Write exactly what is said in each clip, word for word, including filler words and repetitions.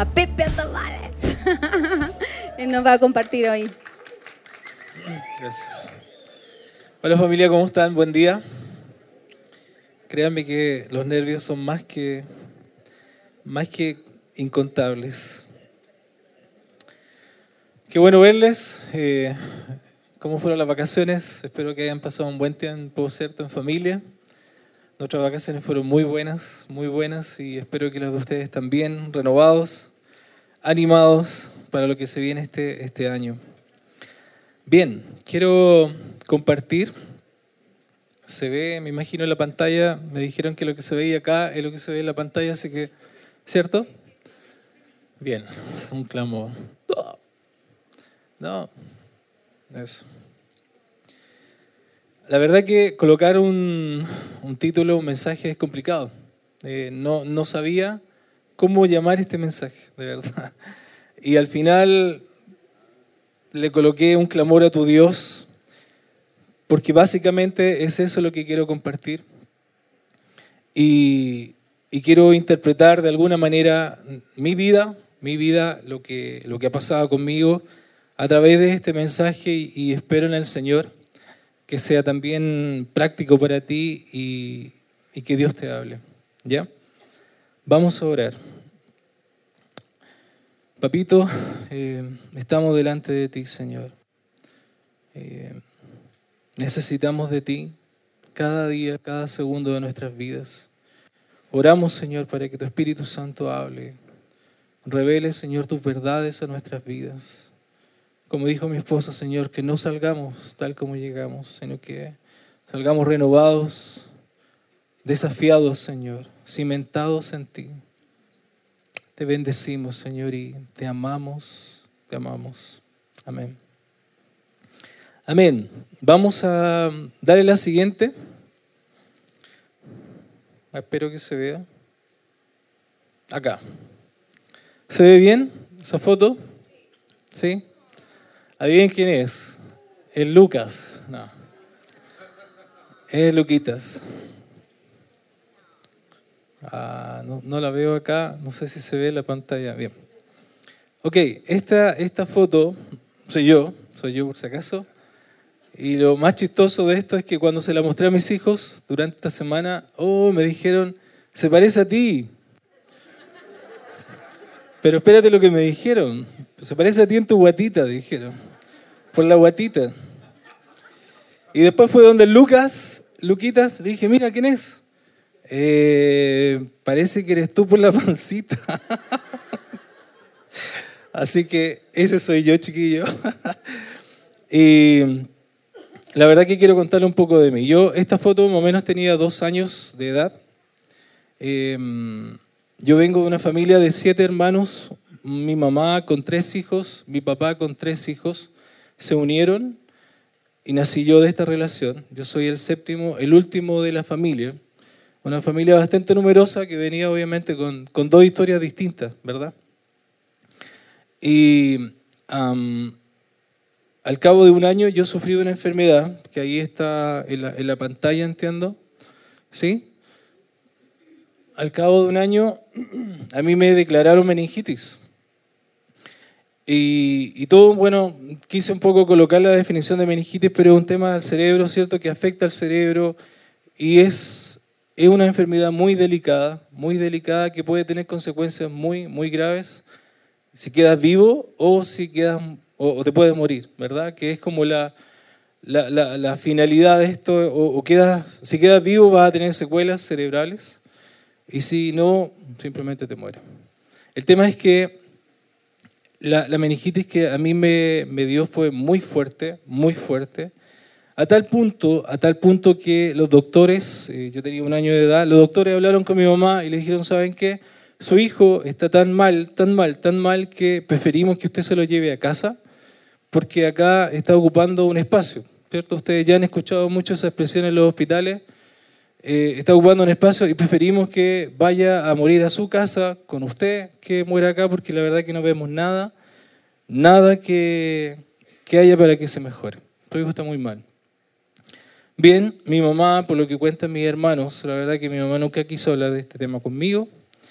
a Pepe Andavales. Él nos va a compartir hoy. Gracias. Hola familia, ¿cómo están? Buen día. Créanme que los nervios son más que, más que incontables. Qué bueno verles. Eh, ¿Cómo fueron las vacaciones? Espero que hayan pasado un buen tiempo, ¿cierto?, en familia. Nuestras vacaciones fueron muy buenas, muy buenas, y espero que las de ustedes también, renovados, animados para lo que se viene este, este año. Bien, quiero compartir. Se ve, me imagino, en la pantalla. Me dijeron que lo que se veía acá es lo que se ve en la pantalla, así que, ¿cierto? Bien, es un clamor. No, eso. La verdad que colocar un, un título, un mensaje es complicado. Eh, no, no sabía cómo llamar este mensaje, de verdad. Y al final le coloqué un clamor a tu Dios, porque básicamente es eso lo que quiero compartir. Y, y quiero interpretar de alguna manera mi vida, mi vida, lo que, lo que ha pasado conmigo a través de este mensaje, y, y espero en el Señor que sea también práctico para ti y, y que Dios te hable. ¿Ya? Vamos a orar. Papito, eh, estamos delante de ti, Señor. Eh, necesitamos de ti cada día, cada segundo de nuestras vidas. Oramos, Señor, para que tu Espíritu Santo hable. Revele, Señor, tus verdades a nuestras vidas. Como dijo mi esposa, Señor, que no salgamos tal como llegamos, sino que salgamos renovados, desafiados, Señor, cimentados en ti. Te bendecimos, Señor, y te amamos, te amamos. Amén. Amén. Vamos a darle la siguiente. Espero que se vea. Acá. ¿Se ve bien esa foto? ¿Sí? ¿Adivinen quién es? Es Lucas. No. Es Luquitas. Ah, no, no la veo acá. No sé si se ve en la pantalla. Bien. Ok, esta, esta foto soy yo. Soy yo por si acaso. Y lo más chistoso de esto es que cuando se la mostré a mis hijos durante esta semana, oh, me dijeron, se parece a ti. Pero espérate lo que me dijeron. Se parece a ti en tu guatita, dijeron. Por la guatita. Y después fue donde Lucas, Luquitas, le dije, mira, ¿quién es? Eh, parece que eres tú por la pancita. Así que ese soy yo, chiquillo. Y la verdad que quiero contarle un poco de mí. Yo, esta foto más o menos tenía dos años de edad. Eh, yo vengo de una familia de siete hermanos. Mi mamá con tres hijos, mi papá con tres hijos. Se unieron y nací yo de esta relación. Yo soy el séptimo, el último de la familia. Una familia bastante numerosa que venía obviamente con, con dos historias distintas, ¿verdad? Y um, al cabo de un año yo sufrí una enfermedad, que ahí está en la, en la pantalla, entiendo. ¿Sí? Al cabo de un año a mí me declararon meningitis. Y, y todo, bueno, quise un poco colocar la definición de meningitis, pero es un tema del cerebro, ¿cierto?, que afecta al cerebro y es, es una enfermedad muy delicada, muy delicada, que puede tener consecuencias muy, muy graves si quedas vivo o si quedas, o, o te puedes morir, ¿verdad? Que es como la, la, la, la finalidad de esto, o, o quedas, si quedas vivo vas a tener secuelas cerebrales y si no, simplemente te mueres. El tema es que La, la meningitis que a mí me, me dio fue muy fuerte, muy fuerte, a tal punto, a tal punto que los doctores, eh, yo tenía un año de edad, los doctores hablaron con mi mamá y le dijeron, ¿saben qué? Su hijo está tan mal, tan mal, tan mal que preferimos que usted se lo lleve a casa porque acá está ocupando un espacio, ¿cierto? Ustedes ya han escuchado mucho esa expresión en los hospitales, eh, está ocupando un espacio y preferimos que vaya a morir a su casa con usted que muera acá porque la verdad que no vemos nada, nada que, que haya para que se mejore. Tu hijo está muy mal. Bien, mi mamá, por lo que cuentan mis hermanos, la verdad que mi mamá nunca quiso hablar de este tema conmigo.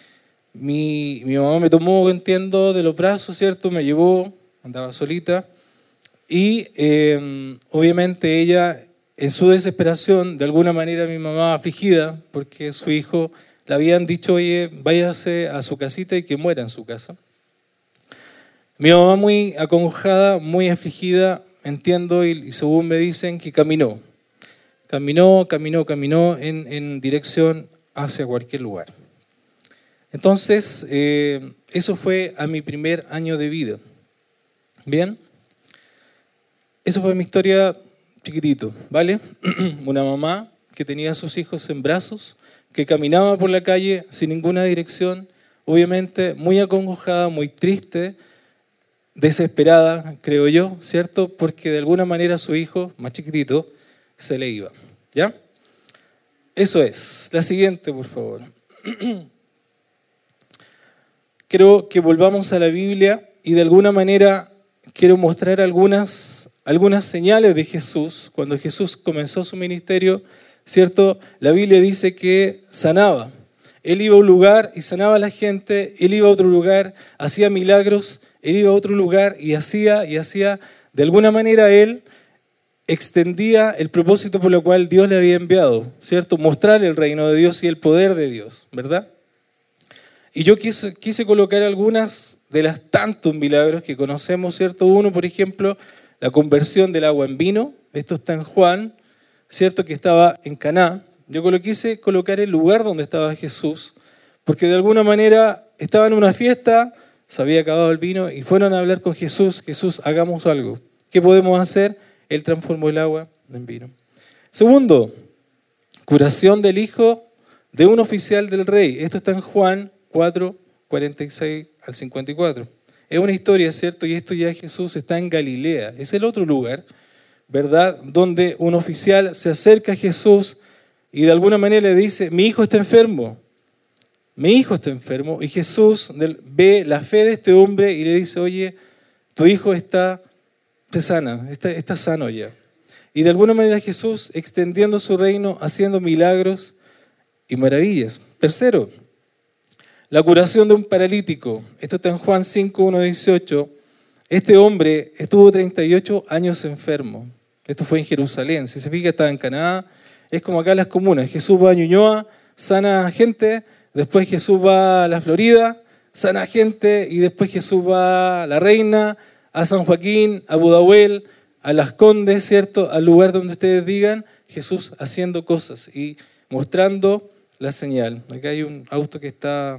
Mi, mi mamá me tomó, entiendo, de los brazos, ¿cierto? Me llevó, andaba solita. Y eh, obviamente ella, en su desesperación, de alguna manera mi mamá afligida, porque su hijo le habían dicho, oye, váyase a su casita y que muera en su casa. Mi mamá muy acongojada, muy afligida, entiendo, y, y según me dicen que caminó. Caminó, caminó, caminó en, en dirección hacia cualquier lugar. Entonces, eh, eso fue a mi primer año de vida. ¿Bien? Eso fue mi historia chiquitito, ¿vale? Una mamá que tenía a sus hijos en brazos, que caminaba por la calle sin ninguna dirección, obviamente muy acongojada, muy triste, desesperada, creo yo, ¿cierto? Porque de alguna manera su hijo, más chiquitito, se le iba, ¿ya? Eso es. La siguiente, por favor. Quiero que volvamos a la Biblia y de alguna manera quiero mostrar algunas, algunas señales de Jesús. Cuando Jesús comenzó su ministerio, ¿cierto? La Biblia dice que sanaba. Él iba a un lugar y sanaba a la gente, él iba a otro lugar, hacía milagros, él iba a otro lugar y hacía y hacía. De alguna manera él extendía el propósito por el cual Dios le había enviado, ¿cierto? Mostrar el reino de Dios y el poder de Dios, ¿verdad? Y yo quise, quise colocar algunas de las tantos milagros que conocemos, ¿cierto? Uno, por ejemplo, la conversión del agua en vino. Esto está en Juan, ¿cierto? Que estaba en Caná. Yo quise colocar el lugar donde estaba Jesús, porque de alguna manera estaba en una fiesta, se había acabado el vino y fueron a hablar con Jesús. Jesús, hagamos algo. ¿Qué podemos hacer? Él transformó el agua en vino. Segundo, curación del hijo de un oficial del rey. Esto está en Juan cuatro, cuarenta y seis al cincuenta y cuatro. Es una historia, ¿cierto? Y esto ya Jesús está en Galilea. Es el otro lugar, ¿verdad? Donde un oficial se acerca a Jesús y de alguna manera le dice, mi hijo está enfermo. Mi hijo está enfermo. Y Jesús ve la fe de este hombre y le dice, oye, tu hijo está, está sana, está, está sano ya. Y de alguna manera Jesús extendiendo su reino, haciendo milagros y maravillas. Tercero, la curación de un paralítico. Esto está en Juan cinco, uno a dieciocho. Este hombre estuvo treinta y ocho años enfermo. Esto fue en Jerusalén. Si se fija, estaba en Caná. Es como acá las comunas. Jesús va a Ñuñoa, sana gente. Después Jesús va a la Florida, sana gente. Y después Jesús va a La Reina, a San Joaquín, a Budahuel, a Las Condes, ¿cierto? Al lugar donde ustedes digan. Jesús haciendo cosas y mostrando la señal. Acá hay un auto que está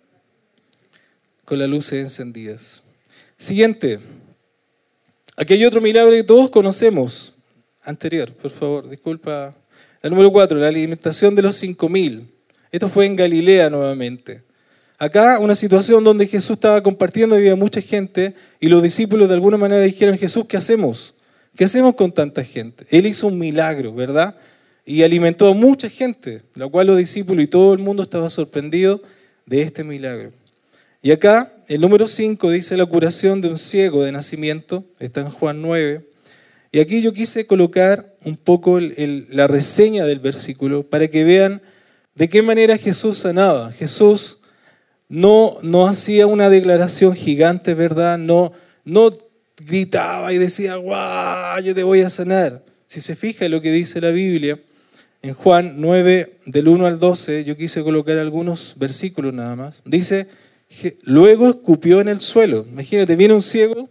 con las luces encendidas. Siguiente. Aquí hay otro milagro que todos conocemos. Anterior, por favor, disculpa. La número cuatro, la alimentación de los cinco mil. Esto fue en Galilea nuevamente. Acá una situación donde Jesús estaba compartiendo y había mucha gente y los discípulos de alguna manera dijeron, Jesús, ¿qué hacemos? ¿Qué hacemos con tanta gente? Él hizo un milagro, ¿verdad? Y alimentó a mucha gente, la cual los discípulos y todo el mundo estaba sorprendido de este milagro. Y acá, el número cinco dice la curación de un ciego de nacimiento, está en Juan nueve. Y aquí yo quise colocar un poco el, el, la reseña del versículo para que vean de qué manera Jesús sanaba. Jesús no, no hacía una declaración gigante, ¿verdad? No, no gritaba y decía, ¡guau! Yo te voy a sanar. Si se fija en lo que dice la Biblia, en Juan nueve, del uno al doce, yo quise colocar algunos versículos nada más. Dice, luego escupió en el suelo. Imagínate, viene un ciego,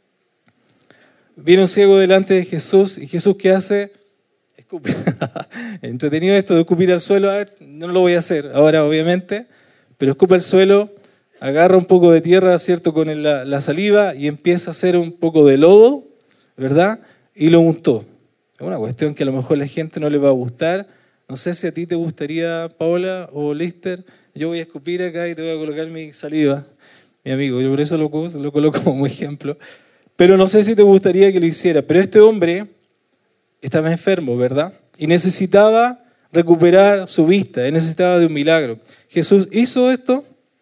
viene un ciego delante de Jesús y Jesús, ¿qué hace? Escupe. Entretenido esto de escupir al suelo, a ver, no lo voy a hacer ahora obviamente, pero escupe al suelo, agarra un poco de tierra, ¿cierto? Con la, la saliva y empieza a hacer un poco de lodo, ¿verdad? Y lo untó. Es una cuestión que a lo mejor a la gente no le va a gustar. No sé si a ti te gustaría, Paola o Lister. Yo voy a escupir acá y te voy a colocar mi saliva, mi amigo. Yo por eso lo, lo coloco como ejemplo. Pero no sé si te gustaría que lo hiciera. Pero este hombre estaba enfermo, ¿verdad? Y necesitaba recuperar su vista. Él necesitaba de un milagro. Jesús hizo esto,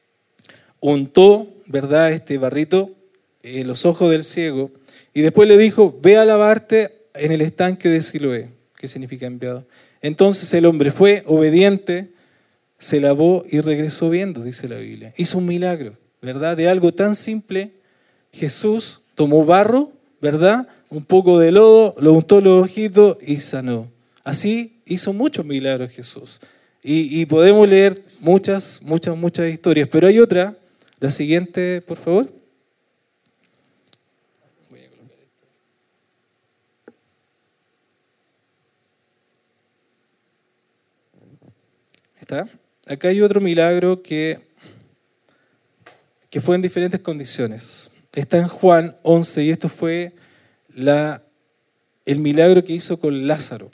untó, ¿verdad?, este barrito en los ojos del ciego. Y después le dijo, ve a lavarte en el estanque de Siloé, que significa enviado. Entonces el hombre fue obediente, se lavó y regresó viendo, dice la Biblia. Hizo un milagro, ¿verdad? De algo tan simple, Jesús tomó barro, ¿verdad? Un poco de lodo, lo untó los ojitos y sanó. Así hizo muchos milagros Jesús. Y, y podemos leer muchas, muchas, muchas historias. Pero hay otra, la siguiente, por favor. Voy a colocar esto. ¿Está? Acá hay otro milagro que, que fue en diferentes condiciones. Está en Juan once y esto fue la, el milagro que hizo con Lázaro.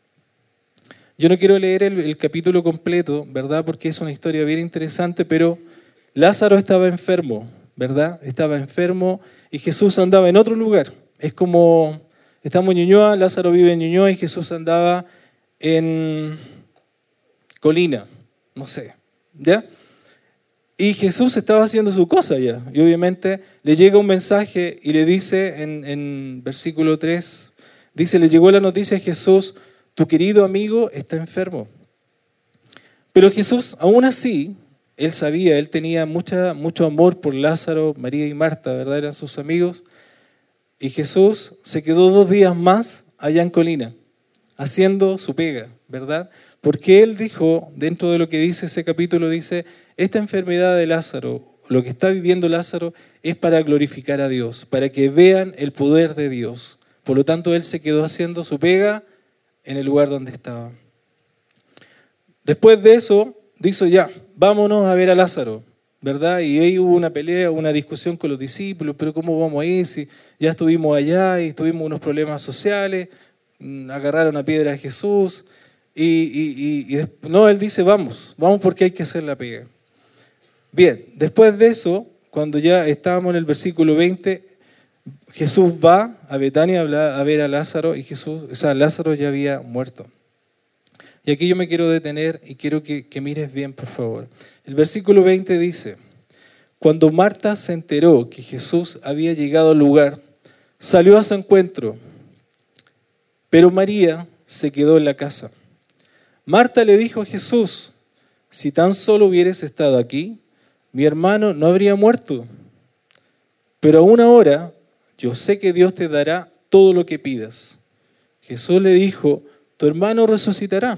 Yo no quiero leer el, el capítulo completo, ¿verdad? Porque es una historia bien interesante, pero Lázaro estaba enfermo, ¿verdad? Estaba enfermo y Jesús andaba en otro lugar. Es como, estamos en Ñuñoa, Lázaro vive en Ñuñoa y Jesús andaba en Colina, no sé, ¿ya? Y Jesús estaba haciendo su cosa ya. Y obviamente le llega un mensaje y le dice en, en versículo tres, dice, le llegó la noticia a Jesús, tu querido amigo está enfermo. Pero Jesús, aún así, él sabía, él tenía mucha, mucho amor por Lázaro, María y Marta, ¿verdad? Eran sus amigos. Y Jesús se quedó dos días más allá en Colina, haciendo su pega, ¿verdad? Porque él dijo, dentro de lo que dice ese capítulo, dice, esta enfermedad de Lázaro, lo que está viviendo Lázaro, es para glorificar a Dios, para que vean el poder de Dios. Por lo tanto, él se quedó haciendo su pega en el lugar donde estaba. Después de eso, dijo ya, vámonos a ver a Lázaro, ¿verdad? Y ahí hubo una pelea, una discusión con los discípulos, pero ¿cómo vamos a ir si ya estuvimos allá y tuvimos unos problemas sociales? Agarraron a piedra a Jesús y, y, y, y no, él dice vamos, vamos porque hay que hacer la pega. Bien, después de eso, cuando ya estábamos en el versículo veinte, Jesús va a Betania a ver a Lázaro y Jesús, o sea, Lázaro ya había muerto. Y aquí yo me quiero detener y quiero que, que mires bien, por favor. El versículo veinte dice, cuando Marta se enteró que Jesús había llegado al lugar, salió a su encuentro, pero María se quedó en la casa. Marta le dijo a Jesús, si tan solo hubieras estado aquí, mi hermano no habría muerto. Pero aún ahora, yo sé que Dios te dará todo lo que pidas. Jesús le dijo, tu hermano resucitará.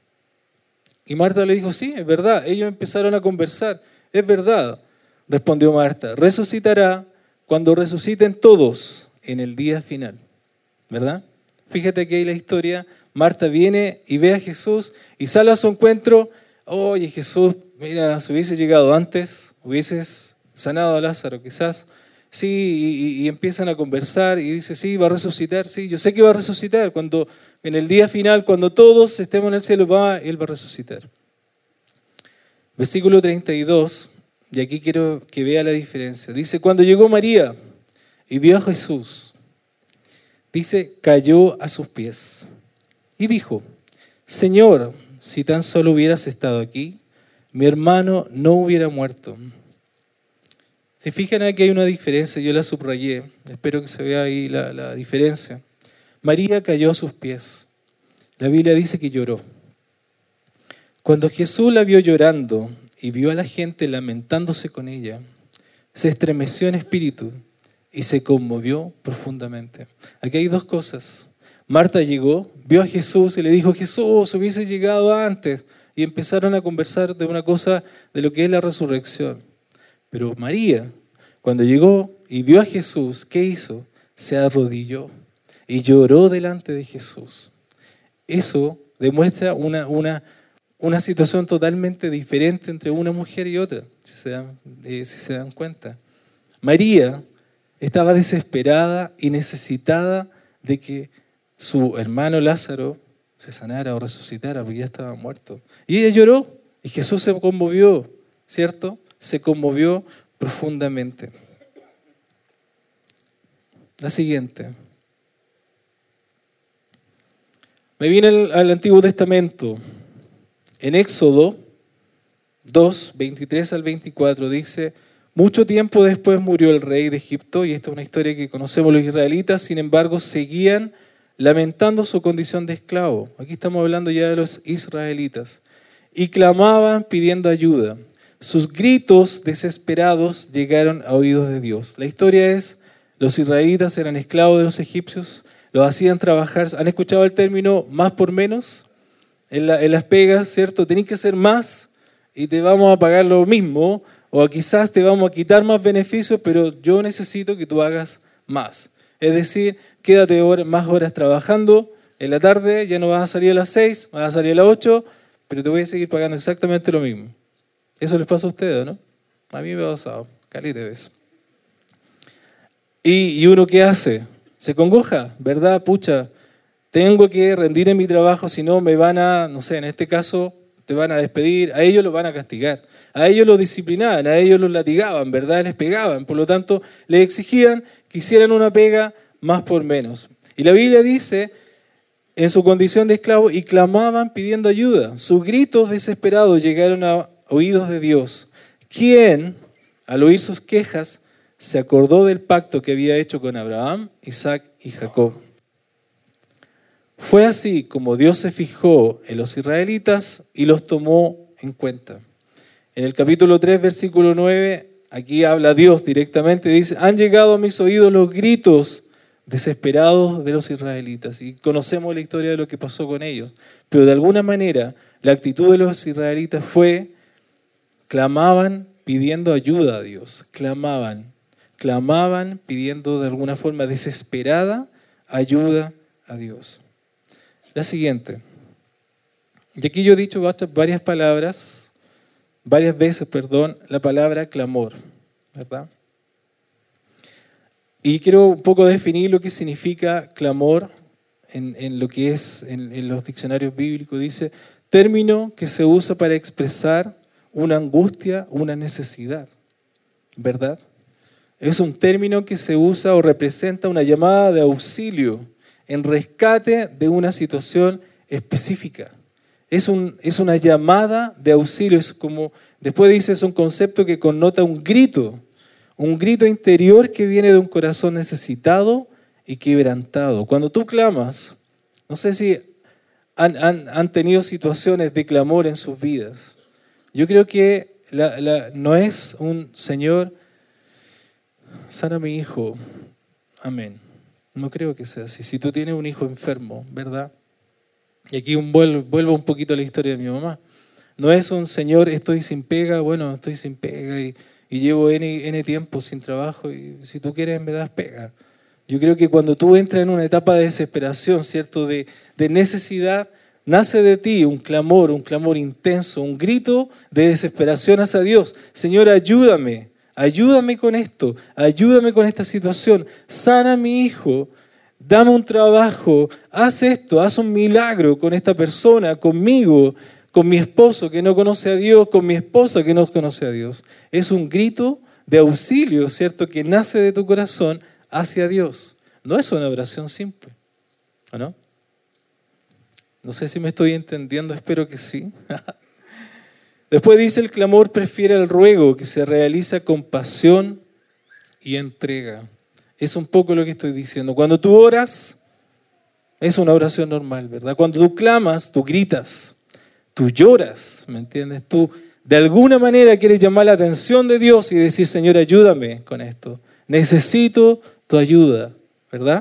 Y Marta le dijo, sí, es verdad. Ellos empezaron a conversar. Es verdad, respondió Marta. Resucitará cuando resuciten todos en el día final. ¿Verdad? Fíjate que ahí la historia. Marta viene y ve a Jesús y sale a su encuentro. Oye, Jesús, mira, si hubiese llegado antes, hubieses sanado a Lázaro, quizás. Sí, y, y empiezan a conversar y dice, sí, va a resucitar, sí, yo sé que va a resucitar. Cuando, en el día final, cuando todos estemos en el cielo, va, Él va a resucitar. Versículo treinta y dos, y aquí quiero que vea la diferencia. Dice, cuando llegó María y vio a Jesús, dice, cayó a sus pies y dijo, Señor, si tan solo hubieras estado aquí, mi hermano no hubiera muerto. Si fijan aquí hay una diferencia, yo la subrayé, espero que se vea ahí la, la diferencia. María cayó a sus pies. La Biblia dice que lloró. Cuando Jesús la vio llorando y vio a la gente lamentándose con ella, se estremeció en espíritu y se conmovió profundamente. Aquí hay dos cosas. Marta llegó, vio a Jesús y le dijo, Jesús, hubiese llegado antes. Y empezaron a conversar de una cosa, de lo que es la resurrección. Pero María, cuando llegó y vio a Jesús, ¿qué hizo? Se arrodilló y lloró delante de Jesús. Eso demuestra una, una, una situación totalmente diferente entre una mujer y otra, si se dan, eh, si se dan cuenta. María estaba desesperada y necesitada de que su hermano Lázaro se sanara o resucitara, porque ya estaba muerto. Y ella lloró y Jesús se conmovió, ¿cierto? Se conmovió profundamente. La siguiente. Me viene al, al Antiguo Testamento. En Éxodo dos, veintitrés al veinticuatro dice, mucho tiempo después murió el rey de Egipto, y esta es una historia que conocemos los israelitas, sin embargo seguían lamentando su condición de esclavo. Aquí estamos hablando ya de los israelitas. y clamaban pidiendo ayuda. Sus gritos desesperados llegaron a oídos de Dios. La historia es, los israelitas eran esclavos de los egipcios, los hacían trabajar. ¿Han escuchado el término más por menos? En, la, en las pegas, ¿cierto? Tenés que hacer más y te vamos a pagar lo mismo, o quizás te vamos a quitar más beneficios, pero yo necesito que tú hagas más. Es decir, quédate hora, más horas trabajando, en la tarde ya no vas a salir a las seis, vas a salir a las ocho, pero te voy a seguir pagando exactamente lo mismo. Eso les pasa a ustedes, ¿no? A mí me ha pasado, calita de veces. ¿Y, ¿Y uno qué hace? Se congoja, ¿verdad? Pucha, tengo que rendir en mi trabajo, si no me van a, no sé, en este caso, te van a despedir, a ellos los van a castigar, a ellos los disciplinaban, a ellos los latigaban, ¿verdad? Les pegaban, por lo tanto, les exigían que hicieran una pega más por menos. Y la Biblia dice, en su condición de esclavo, y clamaban pidiendo ayuda. Sus gritos desesperados llegaron a oídos de Dios, quien, al oír sus quejas, se acordó del pacto que había hecho con Abraham, Isaac y Jacob. Fue así como Dios se fijó en los israelitas y los tomó en cuenta. En el capítulo tres, versículo nueve, aquí habla Dios directamente, dice, han llegado a mis oídos los gritos desesperados de los israelitas. Y conocemos la historia de lo que pasó con ellos. Pero de alguna manera, la actitud de los israelitas fue, clamaban pidiendo ayuda a Dios, clamaban, clamaban pidiendo de alguna forma desesperada ayuda a Dios. La siguiente. Y aquí yo he dicho varias palabras, varias veces, perdón, la palabra clamor, ¿verdad? Y quiero un poco definir lo que significa clamor en, en lo que es en, en los diccionarios bíblicos. Dice, término que se usa para expresar una angustia, una necesidad, ¿verdad? Es un término que se usa o representa una llamada de auxilio en rescate de una situación específica. Es, un, es una llamada de auxilio, es como, después dice, es un concepto que connota un grito, un grito interior que viene de un corazón necesitado y quebrantado. Cuando tú clamas, no sé si han, han, han tenido situaciones de clamor en sus vidas. Yo creo que la, la, no es un Señor, sana a mi hijo, amén. No creo que sea así. Si tú tienes un hijo enfermo, ¿verdad? Y aquí un vuelvo, vuelvo un poquito a la historia de mi mamá. No es un Señor, estoy sin pega, bueno, estoy sin pega y, y llevo N, N tiempo sin trabajo y si tú quieres me das pega. Yo creo que cuando tú entras en una etapa de desesperación, ¿cierto? De, de necesidad, nace de ti un clamor, un clamor intenso, un grito de desesperación hacia Dios. Señor, ayúdame. Ayúdame con esto, ayúdame con esta situación, sana a mi hijo, dame un trabajo, haz esto, haz un milagro con esta persona, conmigo, con mi esposo que no conoce a Dios, con mi esposa que no conoce a Dios. Es un grito de auxilio, ¿cierto?, que nace de tu corazón hacia Dios. No es una oración simple, ¿o no? No sé si me estoy entendiendo, espero que sí. Después dice, el clamor prefiere el ruego, que se realiza con pasión y entrega. Es un poco lo que estoy diciendo. Cuando tú oras, es una oración normal, ¿verdad? Cuando tú clamas, tú gritas, tú lloras, ¿me entiendes? Tú de alguna manera quieres llamar la atención de Dios y decir, Señor, ayúdame con esto. Necesito tu ayuda, ¿verdad?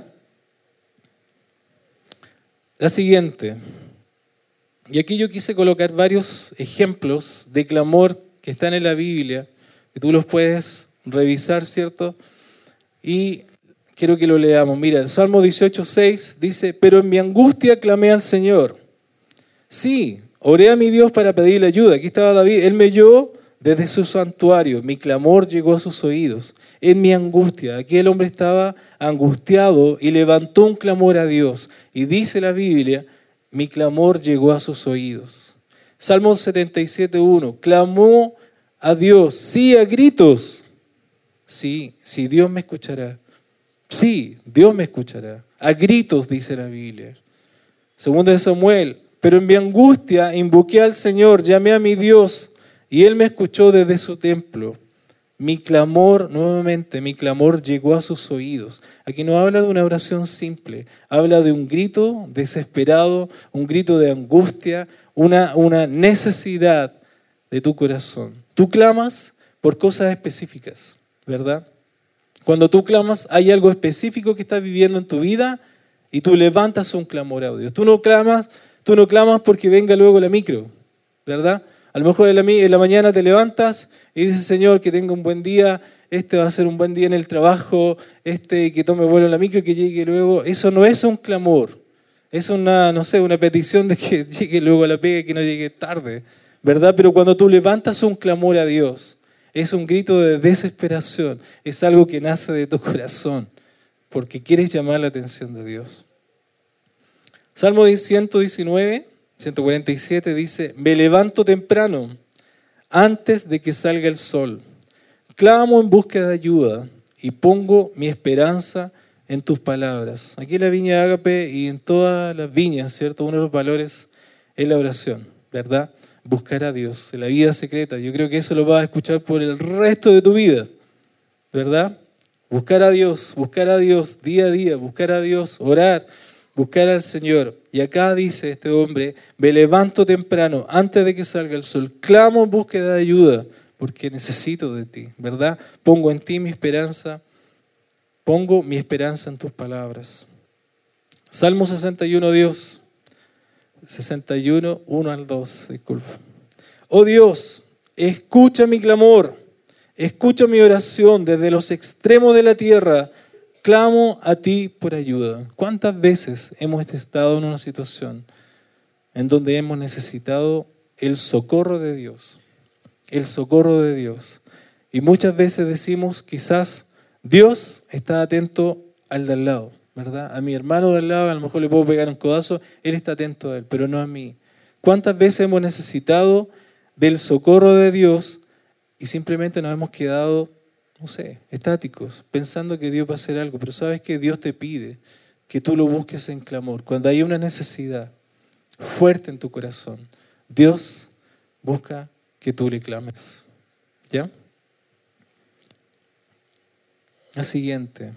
La siguiente. Y aquí yo quise colocar varios ejemplos de clamor que están en la Biblia, que tú los puedes revisar, ¿cierto? Y quiero que lo leamos. Mira, el Salmo dieciocho, seis dice, pero en mi angustia clamé al Señor. Sí, oré a mi Dios para pedirle ayuda. Aquí estaba David, él me oyó desde su santuario, mi clamor llegó a sus oídos. En mi angustia, aquí el hombre estaba angustiado y levantó un clamor a Dios. Y dice la Biblia, mi clamor llegó a sus oídos. Salmo setenta y siete, uno. Clamó a Dios, sí, a gritos. Sí, sí, Dios me escuchará. Sí, Dios me escuchará. A gritos, dice la Biblia. Segundo de Samuel. Pero en mi angustia invoqué al Señor, llamé a mi Dios, y Él me escuchó desde su templo. Mi clamor, nuevamente, mi clamor llegó a sus oídos. Aquí no habla de una oración simple, habla de un grito desesperado, un grito de angustia, una, una necesidad de tu corazón. Tú clamas por cosas específicas, ¿verdad? Cuando tú clamas, hay algo específico que estás viviendo en tu vida y tú levantas un clamor a Dios. Tú no clamas, tú no clamas porque venga luego la micro, ¿verdad? A lo mejor en la, en la mañana te levantas y dices, Señor, que tenga un buen día, este va a ser un buen día en el trabajo, este que tome vuelo en la micro y que llegue luego. Eso no es un clamor, es una, no sé, una petición de que llegue luego a la pega y que no llegue tarde, ¿verdad? Pero cuando tú levantas un clamor a Dios, es un grito de desesperación, es algo que nace de tu corazón, porque quieres llamar la atención de Dios. Salmo ciento diecinueve, ciento cuarenta y siete dice, me levanto temprano, antes de que salga el sol. Clamo en búsqueda de ayuda y pongo mi esperanza en tus palabras. Aquí en la viña de Ágape y en todas las viñas, ¿cierto? Uno de los valores es la oración, ¿verdad? Buscar a Dios en la vida secreta. Yo creo que eso lo vas a escuchar por el resto de tu vida, ¿verdad? Buscar a Dios, buscar a Dios día a día, buscar a Dios, orar, buscar al Señor. Y acá dice este hombre, me levanto temprano, antes de que salga el sol, clamo en búsqueda de ayuda, porque necesito de ti, ¿verdad? Pongo en ti mi esperanza, pongo mi esperanza en tus palabras. Salmo sesenta y uno, Dios, sesenta y uno, uno al dos, disculpa. Oh Dios, escucha mi clamor, escucha mi oración desde los extremos de la tierra, clamo a ti por ayuda. ¿Cuántas veces hemos estado en una situación en donde hemos necesitado el socorro de Dios? El socorro de Dios. Y muchas veces decimos, quizás Dios está atento al de al lado, ¿verdad? A mi hermano de al lado, a lo mejor le puedo pegar un codazo, él está atento a él, pero no a mí. ¿Cuántas veces hemos necesitado del socorro de Dios y simplemente nos hemos quedado, no sé, estáticos, pensando que Dios va a hacer algo? Pero sabes que Dios te pide que tú lo busques en clamor. Cuando hay una necesidad fuerte en tu corazón, Dios busca que tú le clames. ¿Ya? La siguiente.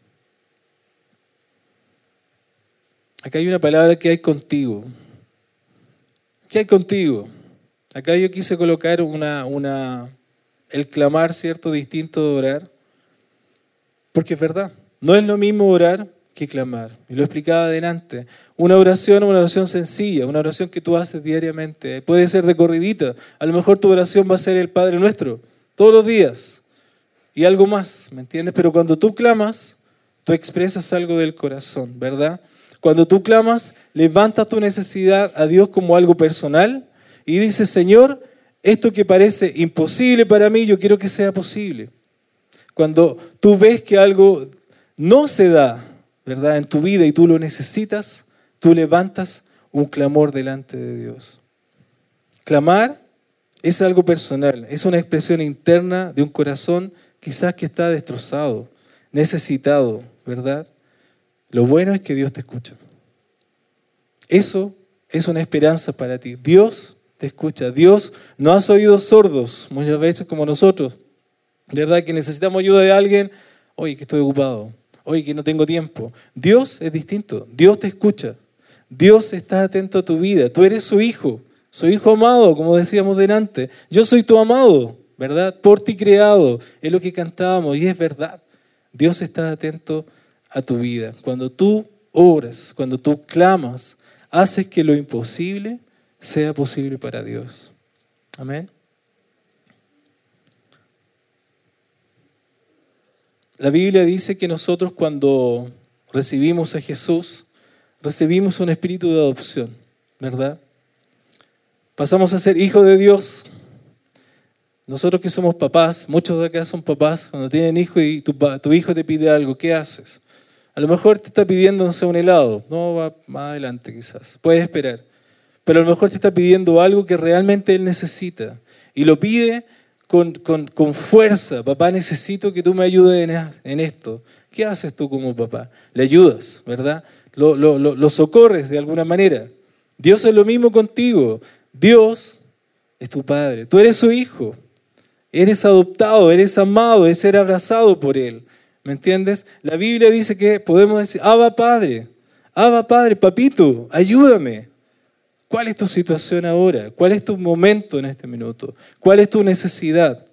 Acá hay una palabra que hay contigo. ¿Qué hay contigo? Acá yo quise colocar una, una, el clamar, ¿cierto? Distinto de orar. Porque es verdad. No es lo mismo orar que clamar. Y lo explicaba adelante. Una oración es una oración sencilla, una oración que tú haces diariamente. Puede ser de corridita. A lo mejor tu oración va a ser el Padre Nuestro, todos los días. Y algo más, ¿me entiendes? Pero cuando tú clamas, tú expresas algo del corazón, ¿verdad? Cuando tú clamas, levantas tu necesidad a Dios como algo personal y dices, Señor, esto que parece imposible para mí, yo quiero que sea posible. Cuando tú ves que algo no se da, ¿verdad?, en tu vida y tú lo necesitas, tú levantas un clamor delante de Dios. Clamar es algo personal, es una expresión interna de un corazón quizás que está destrozado, necesitado, ¿verdad? Lo bueno es que Dios te escucha. Eso es una esperanza para ti. Dios te escucha. Dios no has oído sordos, muchas veces como nosotros, ¿verdad? Que necesitamos ayuda de alguien, oye, que estoy ocupado, oye, que no tengo tiempo. Dios es distinto. Dios te escucha. Dios está atento a tu vida. Tú eres su hijo, su hijo amado, como decíamos delante. Yo soy tu amado, ¿verdad? Por ti creado. Es lo que cantábamos y es verdad. Dios está atento a tu vida. Cuando tú oras, cuando tú clamas, haces que lo imposible sea posible para Dios. Amén. La Biblia dice que nosotros cuando recibimos a Jesús, recibimos un espíritu de adopción, ¿verdad? Pasamos a ser hijos de Dios. Nosotros que somos papás, muchos de acá son papás, cuando tienen hijos y tu, tu hijo te pide algo, ¿qué haces? A lo mejor te está pidiendo, no sé, un helado. No, va más adelante quizás. Puedes esperar. Pero a lo mejor te está pidiendo algo que realmente él necesita. Y lo pide con, con, con fuerza. Papá, necesito que tú me ayudes en, en esto. ¿Qué haces tú como papá? Le ayudas, ¿verdad? Lo, lo, lo, lo socorres de alguna manera. Dios es lo mismo contigo. Dios es tu padre. Tú eres su hijo. Eres adoptado, eres amado, es ser abrazado por Él. ¿Me entiendes? La Biblia dice que podemos decir, Abba Padre, Abba Padre, papito, ayúdame. ¿Cuál es tu situación ahora? ¿Cuál es tu momento en este minuto? ¿Cuál es tu necesidad?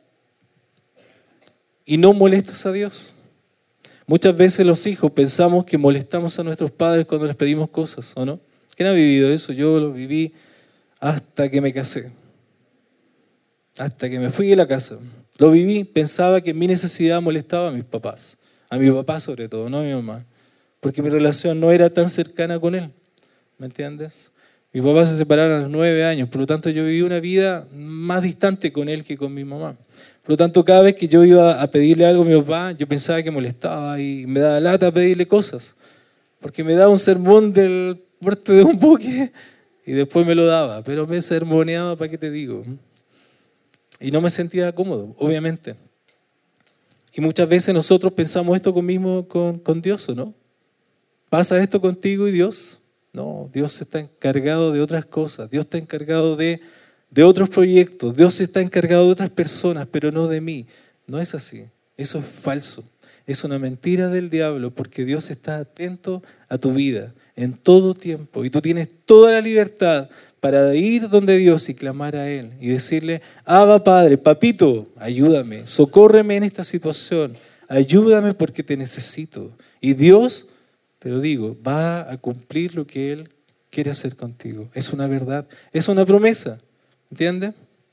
Y no molestas a Dios. Muchas veces los hijos pensamos que molestamos a nuestros padres cuando les pedimos cosas, ¿o no? ¿Quién ha vivido eso? Yo lo viví hasta que me casé. Hasta que me fui de la casa. Lo viví, pensaba que mi necesidad molestaba a mis papás. A mi papá sobre todo, no a mi mamá. Porque mi relación no era tan cercana con él. ¿Me entiendes? Mi papá se separaron a los nueve años, por lo tanto yo viví una vida más distante con él que con mi mamá. Por lo tanto, cada vez que yo iba a pedirle algo a mi papá, yo pensaba que molestaba y me daba lata pedirle cosas. Porque me daba un sermón del puerto de un buque y después me lo daba. Pero me sermoneaba, ¿para qué te digo? Y no me sentía cómodo, obviamente. Y muchas veces nosotros pensamos esto mismo con, con Dios, ¿o no? ¿Pasa esto contigo y Dios? No, Dios está encargado de otras cosas. Dios está encargado de, de otros proyectos. Dios está encargado de otras personas, pero no de mí. No es así. Eso es falso. Es una mentira del diablo porque Dios está atento a tu vida en todo tiempo. Y tú tienes toda la libertad para ir donde Dios y clamar a Él y decirle, Abba Padre, papito, ayúdame, socórreme en esta situación, ayúdame porque te necesito. Y Dios, te lo digo, va a cumplir lo que Él quiere hacer contigo. Es una verdad, es una promesa, ¿entiendes?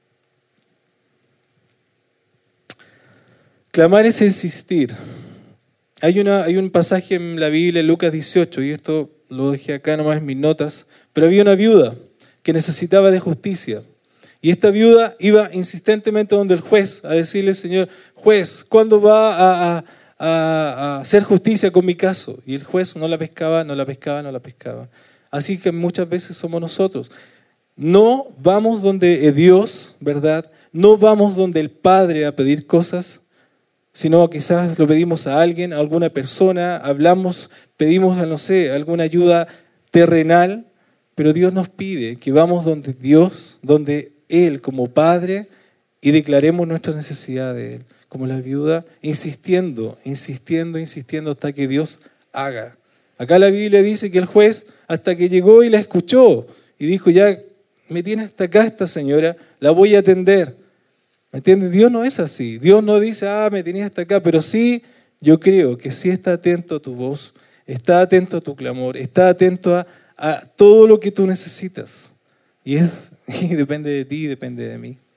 Clamar es insistir. Hay, una, hay un pasaje en la Biblia, en Lucas dieciocho, y esto lo dejé acá nomás en mis notas, pero había una viuda que necesitaba de justicia. Y esta viuda iba insistentemente donde el juez a decirle, Señor, juez, ¿cuándo va a, a, a hacer justicia con mi caso? Y el juez no la pescaba, no la pescaba, no la pescaba. Así que muchas veces somos nosotros. No vamos donde Dios, ¿verdad? No vamos donde el Padre a pedir cosas, sino quizás lo pedimos a alguien, a alguna persona, hablamos, pedimos, no sé, alguna ayuda terrenal, pero Dios nos pide que vamos donde Dios, donde Él como Padre, y declaremos nuestra necesidad de Él, como la viuda, insistiendo, insistiendo, insistiendo hasta que Dios haga. Acá la Biblia dice que el juez hasta que llegó y la escuchó y dijo, ya me tiene hasta acá esta señora, la voy a atender. ¿Me entiendes? Dios no es así. Dios no dice, ah, me tenías hasta acá, pero sí, yo creo que sí está atento a tu voz, está atento a tu clamor, está atento a a todo lo que tú necesitas. Y, es, y depende de ti, depende de mí.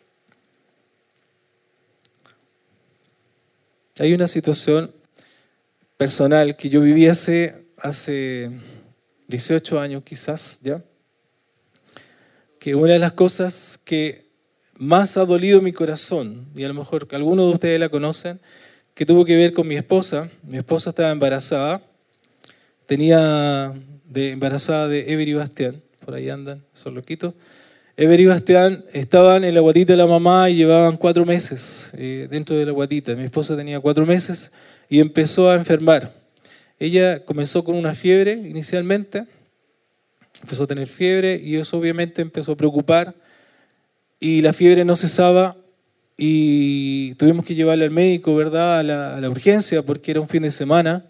Hay una situación personal que yo viví hace, hace dieciocho años quizás, ¿ya? Que una de las cosas que más ha dolido mi corazón, y a lo mejor algunos de ustedes la conocen, que tuvo que ver con mi esposa. Mi esposa estaba embarazada, tenía... de embarazada de Ever y Bastián, por ahí andan, son loquitos. Ever y Bastián estaban en la guatita de la mamá y llevaban cuatro meses eh, dentro de la guatita. Mi esposa tenía cuatro meses y empezó a enfermar. Ella comenzó con una fiebre inicialmente, empezó a tener fiebre y eso obviamente empezó a preocupar y la fiebre no cesaba y tuvimos que llevarla al médico, ¿verdad?, a la, a la urgencia porque era un fin de semana.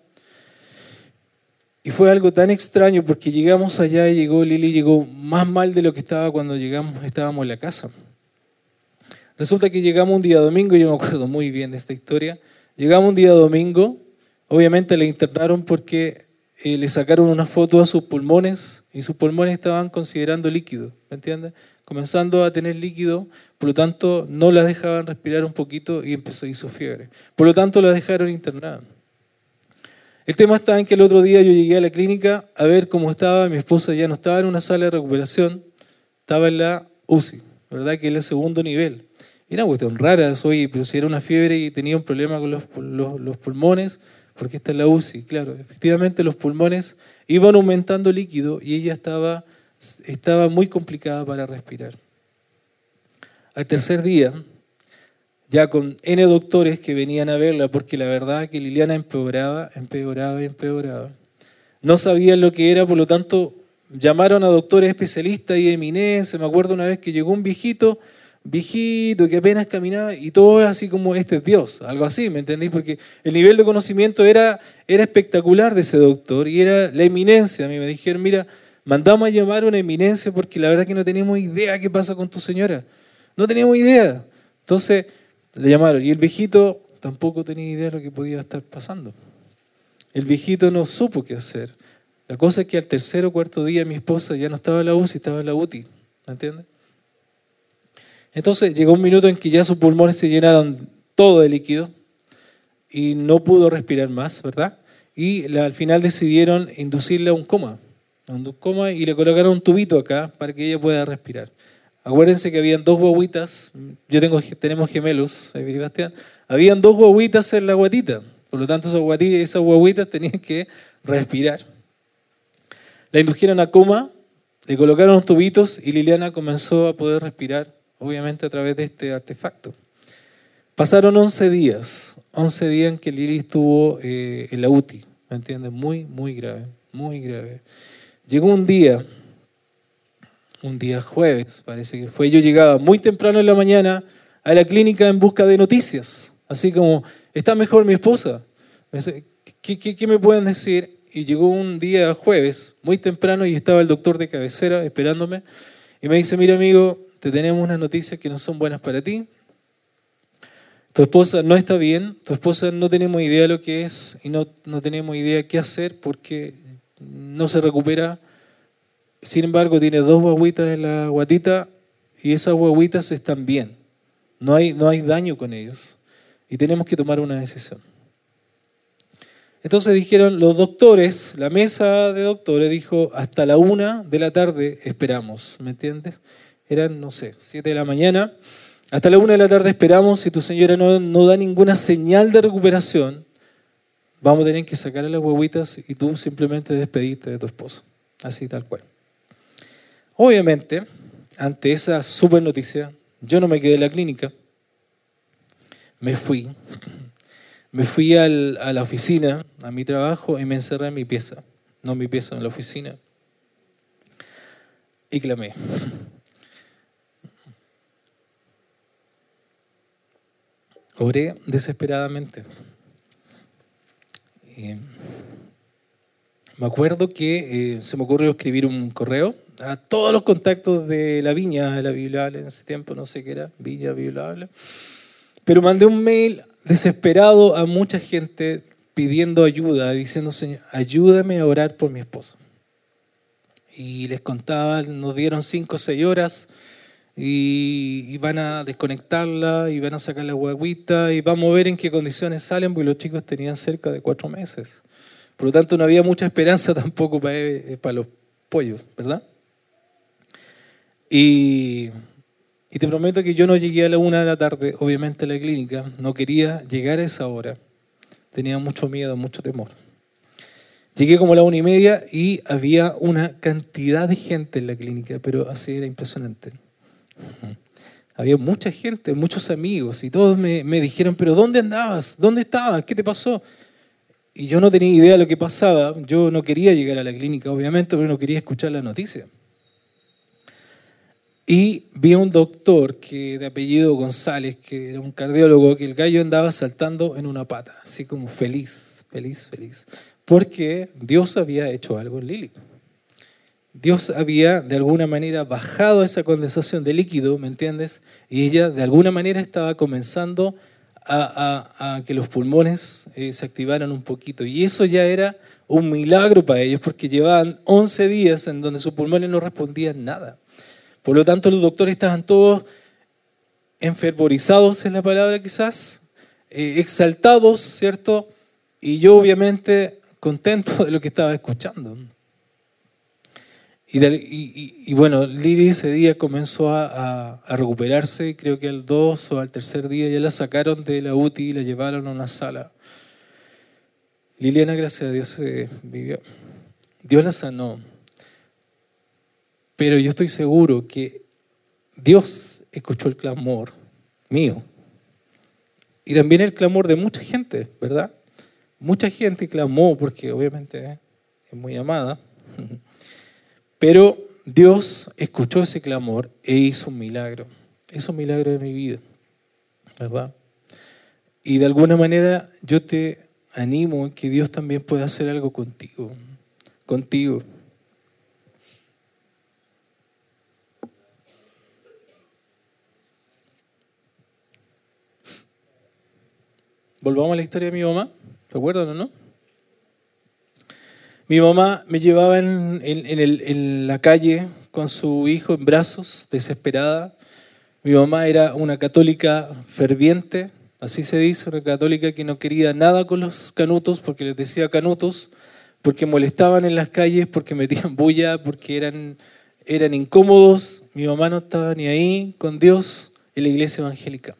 Y fue algo tan extraño porque llegamos allá y llegó Lili, llegó más mal de lo que estaba cuando llegamos, estábamos en la casa. Resulta que llegamos un día domingo, yo me acuerdo muy bien de esta historia. Llegamos un día domingo, obviamente la internaron porque eh, le sacaron una foto a sus pulmones y sus pulmones estaban considerando líquido, ¿me entiendes? Comenzando a tener líquido, por lo tanto no la dejaban respirar un poquito y empezó, hizo fiebre. Por lo tanto la dejaron internada. El tema está en que el otro día yo llegué a la clínica a ver cómo estaba, mi esposa ya no estaba en una sala de recuperación, estaba en la U C I, ¿verdad? Que es el segundo nivel. Y una cuestión rara, soy, pero si era una fiebre y tenía un problema con los, los, los pulmones, porque está en la U C I, claro, efectivamente los pulmones iban aumentando líquido y ella estaba, estaba muy complicada para respirar. Al tercer día, ya con N doctores que venían a verla, porque la verdad que Liliana empeoraba, empeoraba, empeoraba. No sabían lo que era, por lo tanto, llamaron a doctores especialistas y de eminencia. Me acuerdo una vez que llegó un viejito, viejito que apenas caminaba y todo así como este es Dios, algo así, ¿me entendéis? Porque el nivel de conocimiento era, era espectacular de ese doctor y era la eminencia. A mí me dijeron, mira, mandamos a llamar a una eminencia porque la verdad que no teníamos idea qué pasa con tu señora. No teníamos idea. Entonces le llamaron y el viejito tampoco tenía idea de lo que podía estar pasando. El viejito no supo qué hacer. La cosa es que al tercer o cuarto día mi esposa ya no estaba en la U C I, estaba en la U T I, ¿me entiendes? Entonces llegó un minuto en que ya sus pulmones se llenaron todo de líquido y no pudo respirar más, ¿verdad? Y la, al final decidieron inducirle a un coma, a un coma y le colocaron un tubito acá para que ella pueda respirar. Acuérdense que habían dos guaguitas, yo tengo, tenemos gemelos, ¿eh, Bastián? Habían dos guaguitas en la guatita, por lo tanto esas guaguitas, esas guaguitas tenían que respirar. La indujeron a coma, le colocaron unos tubitos y Liliana comenzó a poder respirar, obviamente a través de este artefacto. Pasaron once días, once días en que Lili estuvo eh, en la U T I, ¿me entiendes? Muy, muy grave, muy grave. Llegó un día, un día jueves, parece que fue, yo llegaba muy temprano en la mañana a la clínica en busca de noticias, así como, ¿está mejor mi esposa? ¿Qué, qué, qué me pueden decir? Y llegó un día jueves, muy temprano, y estaba el doctor de cabecera esperándome, y me dice, mira amigo, te tenemos unas noticias que no son buenas para ti. Tu esposa no está bien, tu esposa no tenemos idea de lo que es y no, no tenemos idea qué hacer porque no se recupera. Sin embargo, tiene dos guaguitas en la guatita y esas guaguitas están bien. No hay, no hay daño con ellos y tenemos que tomar una decisión. Entonces dijeron los doctores, la mesa de doctores dijo hasta la una de la tarde esperamos, ¿me entiendes? Eran, no sé, siete de la mañana. Hasta la una de la tarde esperamos, si tu señora no, no da ninguna señal de recuperación, vamos a tener que sacarle las huevitas y tú simplemente despedirte de tu esposo. Así tal cual. Obviamente, ante esa super noticia, yo no me quedé en la clínica. Me fui. Me fui al, a la oficina, a mi trabajo, y me encerré en mi pieza. No en mi pieza, en la oficina. Y clamé. Oré desesperadamente. Eh, me acuerdo que eh, se me ocurrió escribir un correo a todos los contactos de la Viña, de la Biblable, en ese tiempo no sé qué era, Viña Biblable. Pero mandé un mail desesperado a mucha gente pidiendo ayuda, diciendo, Señor, ayúdame a orar por mi esposo. Y les contaba, nos dieron cinco o seis horas, Y, y van a desconectarla y van a sacar la guaguita y vamos a ver en qué condiciones salen, porque los chicos tenían cerca de cuatro meses. Por lo tanto, no había mucha esperanza tampoco para, para los pollos, ¿verdad? Y, y te prometo que yo no llegué a la una de la tarde, obviamente, a la clínica. No quería llegar a esa hora. Tenía mucho miedo, mucho temor. Llegué como a la una y media y había una cantidad de gente en la clínica, pero así era impresionante. Había mucha gente, muchos amigos y todos me, me dijeron, pero ¿dónde andabas? ¿Dónde estabas? ¿Qué te pasó? Y yo no tenía idea de lo que pasaba. Yo no quería llegar a la clínica, obviamente, pero no quería escuchar la noticia. Y vi a un doctor que, de apellido González, que era un cardiólogo, que el gallo andaba saltando en una pata, así como feliz, feliz, feliz, porque Dios había hecho algo en Lili. Dios había de alguna manera bajado esa condensación de líquido, ¿me entiendes? Y ella de alguna manera estaba comenzando a, a, a que los pulmones eh, se activaran un poquito. Y eso ya era un milagro para ellos porque llevaban once días en donde sus pulmones no respondían nada. Por lo tanto, los doctores estaban todos enfervorizados, es la palabra quizás, eh, exaltados, ¿cierto? Y yo obviamente contento de lo que estaba escuchando. Y, de, y, y, y bueno, Lili ese día comenzó a, a, a recuperarse, creo que al dos o al tercer día ya la sacaron de la U T I y la llevaron a una sala. Liliana, gracias a Dios, eh, vivió. Dios la sanó. Pero yo estoy seguro que Dios escuchó el clamor mío. Y también el clamor de mucha gente, ¿verdad? Mucha gente clamó porque obviamente eh, es muy amada. Pero Dios escuchó ese clamor e hizo un milagro. Es un milagro de mi vida, ¿verdad? Y de alguna manera yo te animo a que Dios también pueda hacer algo contigo, contigo. Volvamos a la historia de mi mamá, ¿recuerdan o no? Mi mamá me llevaba en, en, en, el, en la calle con su hijo en brazos, desesperada. Mi mamá era una católica ferviente, así se dice, una católica que no quería nada con los canutos, porque les decía canutos, porque molestaban en las calles, porque metían bulla, porque eran, eran incómodos. Mi mamá no estaba ni ahí con Dios en la iglesia evangélica.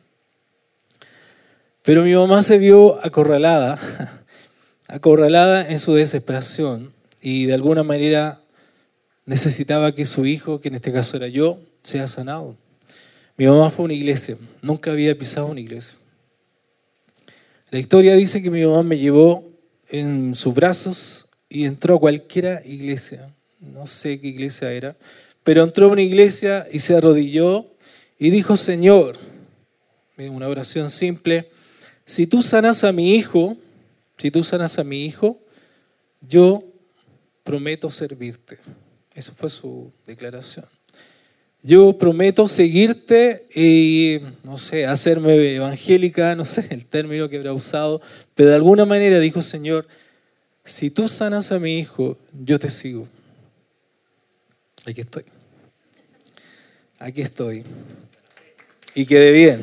Pero mi mamá se vio acorralada, acorralada en su desesperación y de alguna manera necesitaba que su hijo, que en este caso era yo, sea sanado. Mi mamá fue a una iglesia, nunca había pisado una iglesia. La historia dice que mi mamá me llevó en sus brazos y entró a cualquier iglesia, no sé qué iglesia era, pero entró a una iglesia y se arrodilló y dijo: Señor, una oración simple, si tú sanas a mi hijo, si tú sanas a mi hijo, yo prometo servirte. Esa fue su declaración. Yo prometo seguirte y, no sé, hacerme evangélica, no sé el término que habrá usado, pero de alguna manera dijo: Señor, si tú sanas a mi hijo, yo te sigo. Aquí estoy. Aquí estoy. Y quedé bien.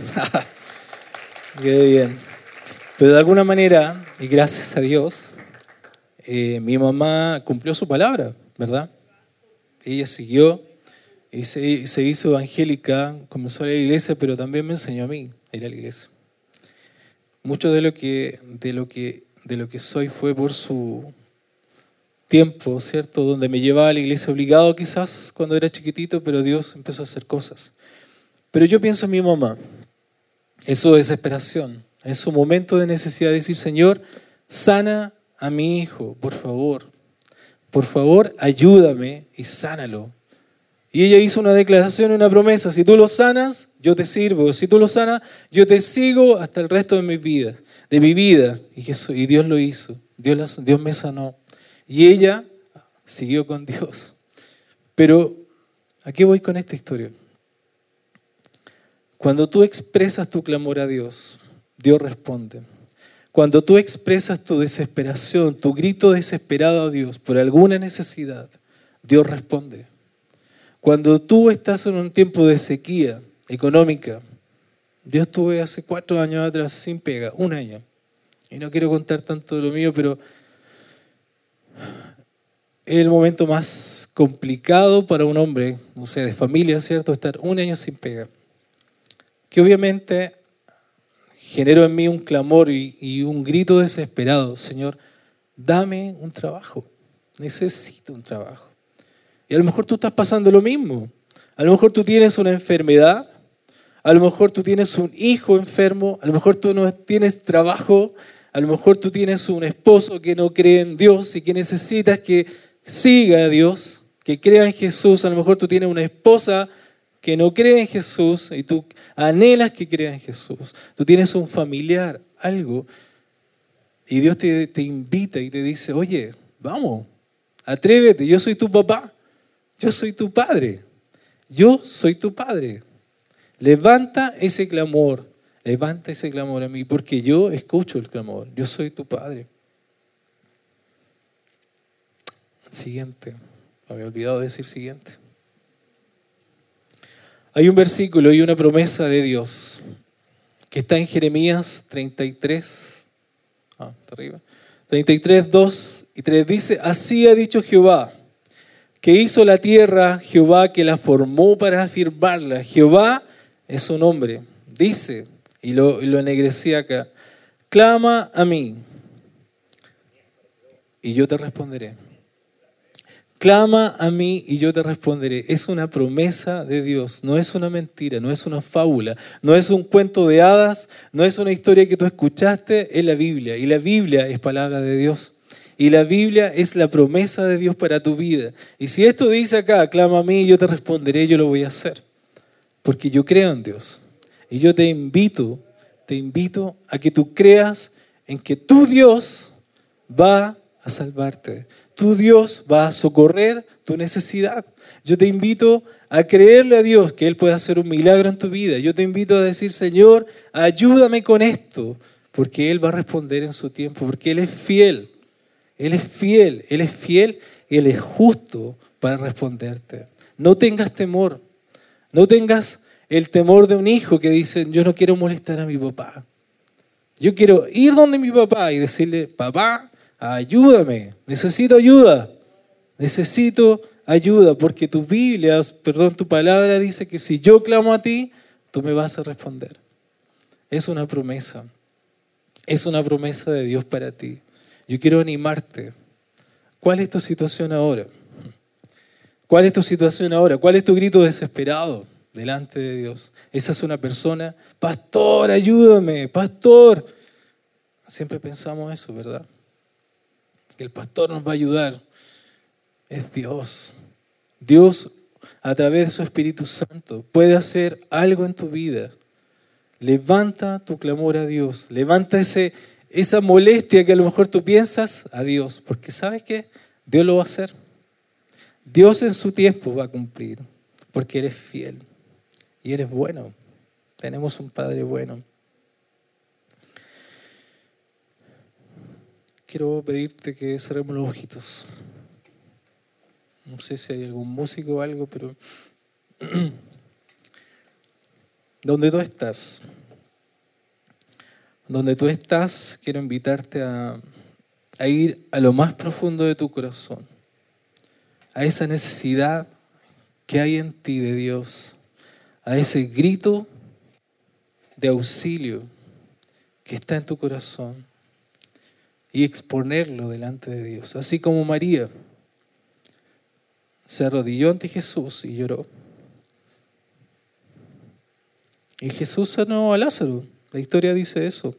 Quedé bien. Pero de alguna manera, y gracias a Dios, eh, mi mamá cumplió su palabra, ¿verdad? Ella siguió y se, se hizo evangélica, comenzó a ir a la iglesia, pero también me enseñó a mí a ir a la iglesia. Mucho de lo que, de lo que, de lo que soy fue por su tiempo, ¿cierto? Donde me llevaba a la iglesia obligado quizás cuando era chiquitito, pero Dios empezó a hacer cosas. Pero yo pienso en mi mamá, en su desesperación, en su momento de necesidad, de decir: Señor, sana a mi hijo, por favor. Por favor, ayúdame y sánalo. Y ella hizo una declaración, una promesa: si tú lo sanas, yo te sirvo. Si tú lo sanas, yo te sigo hasta el resto de mi vida. De mi vida. Y, Jesús, y Dios lo hizo. Dios, la, Dios me sanó. Y ella siguió con Dios. Pero, ¿a qué voy con esta historia? Cuando tú expresas tu clamor a Dios, Dios responde. Cuando tú expresas tu desesperación, tu grito desesperado a Dios por alguna necesidad, Dios responde. Cuando tú estás en un tiempo de sequía económica, yo estuve hace cuatro años atrás sin pega, un año. Y no quiero contar tanto de lo mío, pero es el momento más complicado para un hombre, no sé, de familia, ¿cierto? Estar un año sin pega. Que obviamente generó en mí un clamor y, y un grito desesperado: Señor, dame un trabajo, necesito un trabajo. Y a lo mejor tú estás pasando lo mismo, a lo mejor tú tienes una enfermedad, a lo mejor tú tienes un hijo enfermo, a lo mejor tú no tienes trabajo, a lo mejor tú tienes un esposo que no cree en Dios y que necesitas que siga a Dios, que crea en Jesús, a lo mejor tú tienes una esposa que no cree en Jesús y tú anhelas que crea en Jesús. Tú tienes un familiar, algo, y Dios te, te invita y te dice: oye, vamos, atrévete, yo soy tu papá, yo soy tu padre, yo soy tu padre. Levanta ese clamor, levanta ese clamor a mí, porque yo escucho el clamor, yo soy tu padre. Siguiente, me había olvidado decir siguiente. Hay un versículo y una promesa de Dios que está en Jeremías treinta y tres, ah, está arriba, treinta y tres, dos y tres. Dice: así ha dicho Jehová, que hizo la tierra, Jehová que la formó para afirmarla. Jehová es su nombre. Dice, y lo, y lo ennegrecí acá: clama a mí y yo te responderé. Clama a mí y yo te responderé. Es una promesa de Dios, no es una mentira, no es una fábula, no es un cuento de hadas, no es una historia que tú escuchaste, es la Biblia. Y la Biblia es palabra de Dios. Y la Biblia es la promesa de Dios para tu vida. Y si esto dice acá: clama a mí y yo te responderé, yo lo voy a hacer. porque yo creo en Dios. Y yo te invito, te invito a que tú creas en que tu Dios va a salvarte. Tu Dios va a socorrer tu necesidad. Yo te invito a creerle a Dios que Él puede hacer un milagro en tu vida. Yo te invito a decir, Señor, ayúdame con esto, porque Él va a responder en su tiempo, porque Él es fiel. Él es fiel, Él es fiel y Él es justo para responderte. No tengas temor, no tengas el temor de un hijo que dice, yo no quiero molestar a mi papá. Yo quiero ir donde mi papá y decirle, papá, ayúdame, necesito ayuda, necesito ayuda, porque tu Biblia, perdón, tu palabra dice que si yo clamo a ti, tú me vas a responder. Es una promesa, es una promesa de Dios para ti. Yo quiero animarte. ¿Cuál es tu situación ahora? ¿Cuál es tu situación ahora? ¿Cuál es tu grito desesperado delante de Dios? Esa es una persona, pastor, ayúdame, pastor. Siempre pensamos eso, ¿verdad? Que el pastor nos va a ayudar. Es Dios. Dios, a través de su Espíritu Santo, puede hacer algo en tu vida. Levanta tu clamor a Dios. Levanta ese, esa molestia que a lo mejor tú piensas a Dios. Porque ¿sabes qué? Dios lo va a hacer. Dios en su tiempo va a cumplir. Porque Él es fiel. Y Él es bueno. Tenemos un Padre bueno. Quiero pedirte que cerremos los ojitos. No sé si hay algún músico o algo, pero donde tú estás, donde tú estás, quiero invitarte a, a ir a lo más profundo de tu corazón, a esa necesidad que hay en ti de Dios, a ese grito de auxilio que está en tu corazón y exponerlo delante de Dios, así como María se arrodilló ante Jesús y lloró. Y Jesús sanó a Lázaro. La historia dice eso.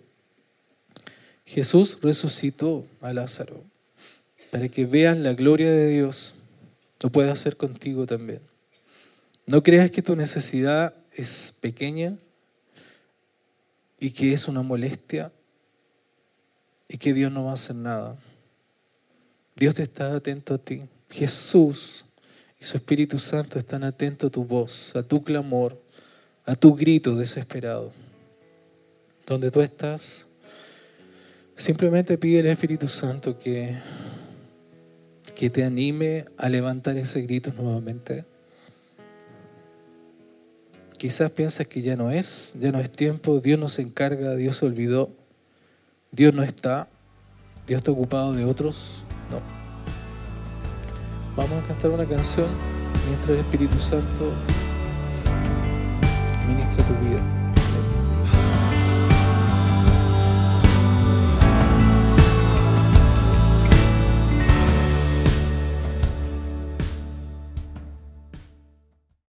Jesús resucitó a Lázaro para que vean la gloria de Dios. Lo puede hacer contigo también. No creas que tu necesidad es pequeña y que es una molestia y que Dios no va a hacer nada. Dios te está atento a ti. Jesús y su Espíritu Santo están atentos a tu voz, a tu clamor, a tu grito desesperado. Donde tú estás, simplemente pide al Espíritu Santo que, que te anime a levantar ese grito nuevamente. Quizás piensas que ya no es, ya no es tiempo, Dios no se encarga, Dios se olvidó, Dios no está, Dios está ocupado de otros. No. Vamos a cantar una canción mientras el Espíritu Santo ministra tu vida.